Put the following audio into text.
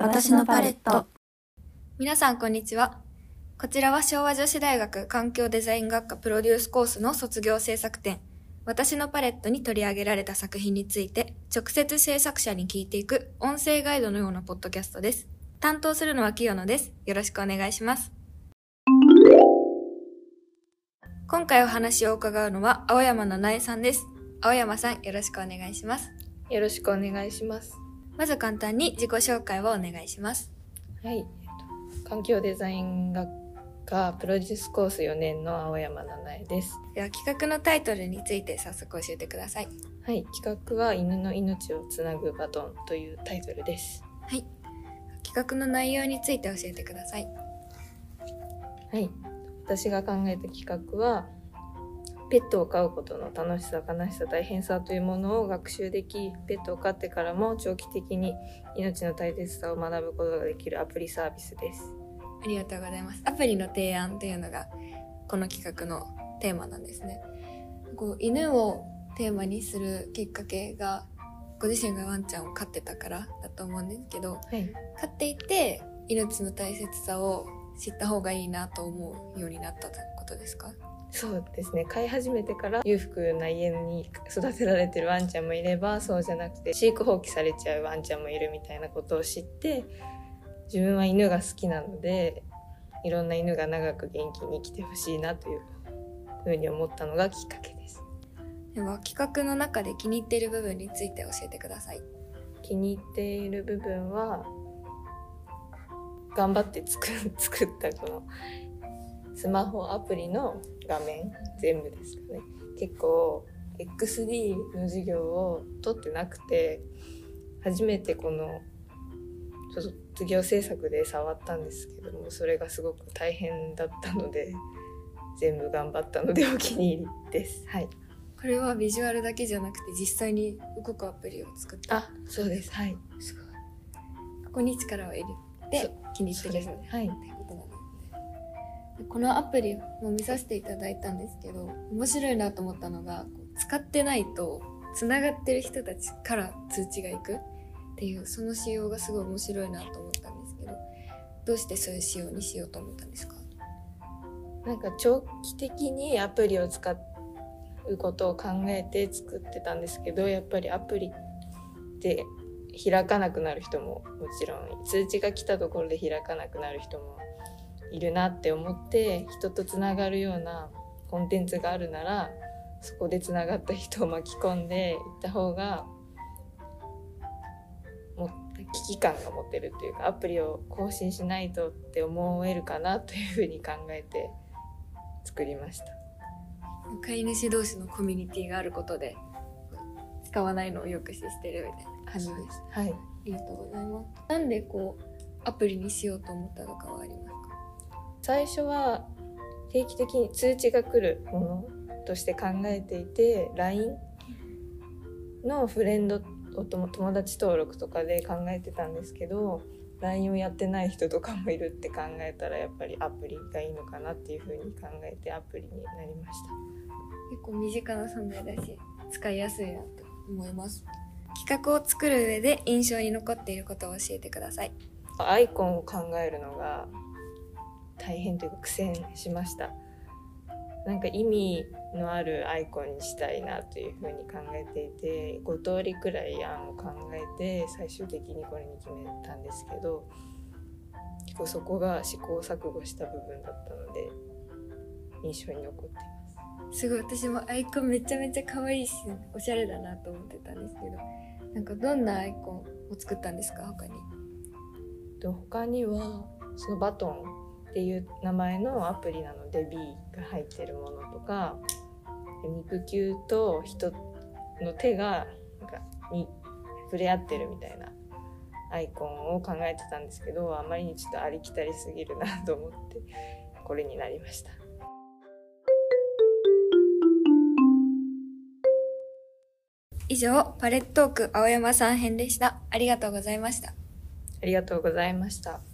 私のパレット。 皆さんこんにちは。こちらは昭和女子大学環境デザイン学科プロデュースコースの卒業制作展、私のパレットに取り上げられた作品について直接制作者に聞いていく音声ガイドのようなポッドキャストです。担当するのは清野です。よろしくお願いします。今回お話を伺うのは青山七恵さんです。青山さん、よろしくお願いします。 よろしくお願いします。 まず簡単に自己紹介をお願いします。 はい、環境デザイン学科プロデュースコース4年の青山七恵です。 では企画のタイトルについて早速教えてください。 はい、企画は犬の命をつなぐバトンというタイトルです。 はい、企画の内容について教えてください。 はい、私が考えた企画はペットを飼うことの楽しさ、悲しさ、大変さというものを学習でき、ペットを飼ってからも長期的に命の大切さを学ぶことができるアプリサービスです。 ありがとうございます。アプリの提案というのがこの企画のテーマなんですね。犬をテーマにするきっかけがご自身がワンちゃんを飼ってたからだと思うんですけど、 はい、 飼っていて命の大切さを知った方がいいなと思うようになったことですか？ そうですね、飼い始めてから裕福な家に育てられてるワンちゃんもいれば、そうじゃなくて飼育放棄されちゃうワンちゃんもいるみたいなことを知って、自分は犬が好きなのでいろんな犬が長く元気に生きてほしいなというふうに思ったのがきっかけです。 では企画の中で気に入っている部分について教えてください。 気に入っている部分は頑張って作ったこのスマホアプリの画面全部ですかね。結構 XD の授業を取ってなくて、初めてこの卒業制作で触ったんですけども、それがすごく大変だったので全部頑張ったのでお気に入りです。はい。 これはビジュアルだけじゃなくて実際に動くアプリを作った？ あ、そうです。はい。 すごい。ここに力を入れて気に入ってる、 はい。 ってことなんですね。このアプリも見させていただいたんですけど、面白いなと思ったのが、使ってないとつながってる人たちから通知がいくっていう、その仕様がすごい面白いなと思ったんですけど、どうしてそういう仕様にしようと思ったんですか？ なんか長期的にアプリを使うことを考えて作ってたんですけど、やっぱりアプリで開かなくなる人ももちろん、通知が来たところで開かなくなる人もいるなって思って、人とつながるようなコンテンツがあるならそこでつながった人を巻き込んでいった方が危機感が持てるというか、アプリを更新しないとって思えるかなというふうに考えて作りました。 飼い主同士のコミュニティがあることで使わないのを抑止してるみたいな感じです。 はい、 ありがとうございます。なんでアプリにしようと思ったのかはありますか？ 最初は定期的に通知が来るものとして考えていて、 LINE のフレンドを友達登録とかで考えてたんですけど、 LINE をやってない人とかもいるって考えたら、やっぱりアプリがいいのかなっていうふうに考えてアプリになりました。 結構身近な存在だし使いやすいなと思います。企画を作る上で印象に残っていることを教えてください。 アイコンを考えるのが大変というか苦戦しました。なんか意味のあるアイコンにしたいなというふうに考えていて、5通りくらい案を考えて最終的にこれに決めたんですけど、結構そこが試行錯誤した部分だったので印象に残っています。 すごい、私もアイコンめちゃめちゃ可愛いしおしゃれだなと思ってたんですけど、なんかどんなアイコンを作ったんですか？ 他にはそのバトンっていう名前のアプリなので B が入ってるものとか、肉球と人の手がに触れ合ってるみたいなアイコンを考えてたんですけど、あまりにちょっとありきたりすぎるなと思ってこれになりました。 以上、パレットーク青山さん編でした。ありがとうございました。 ありがとうございました。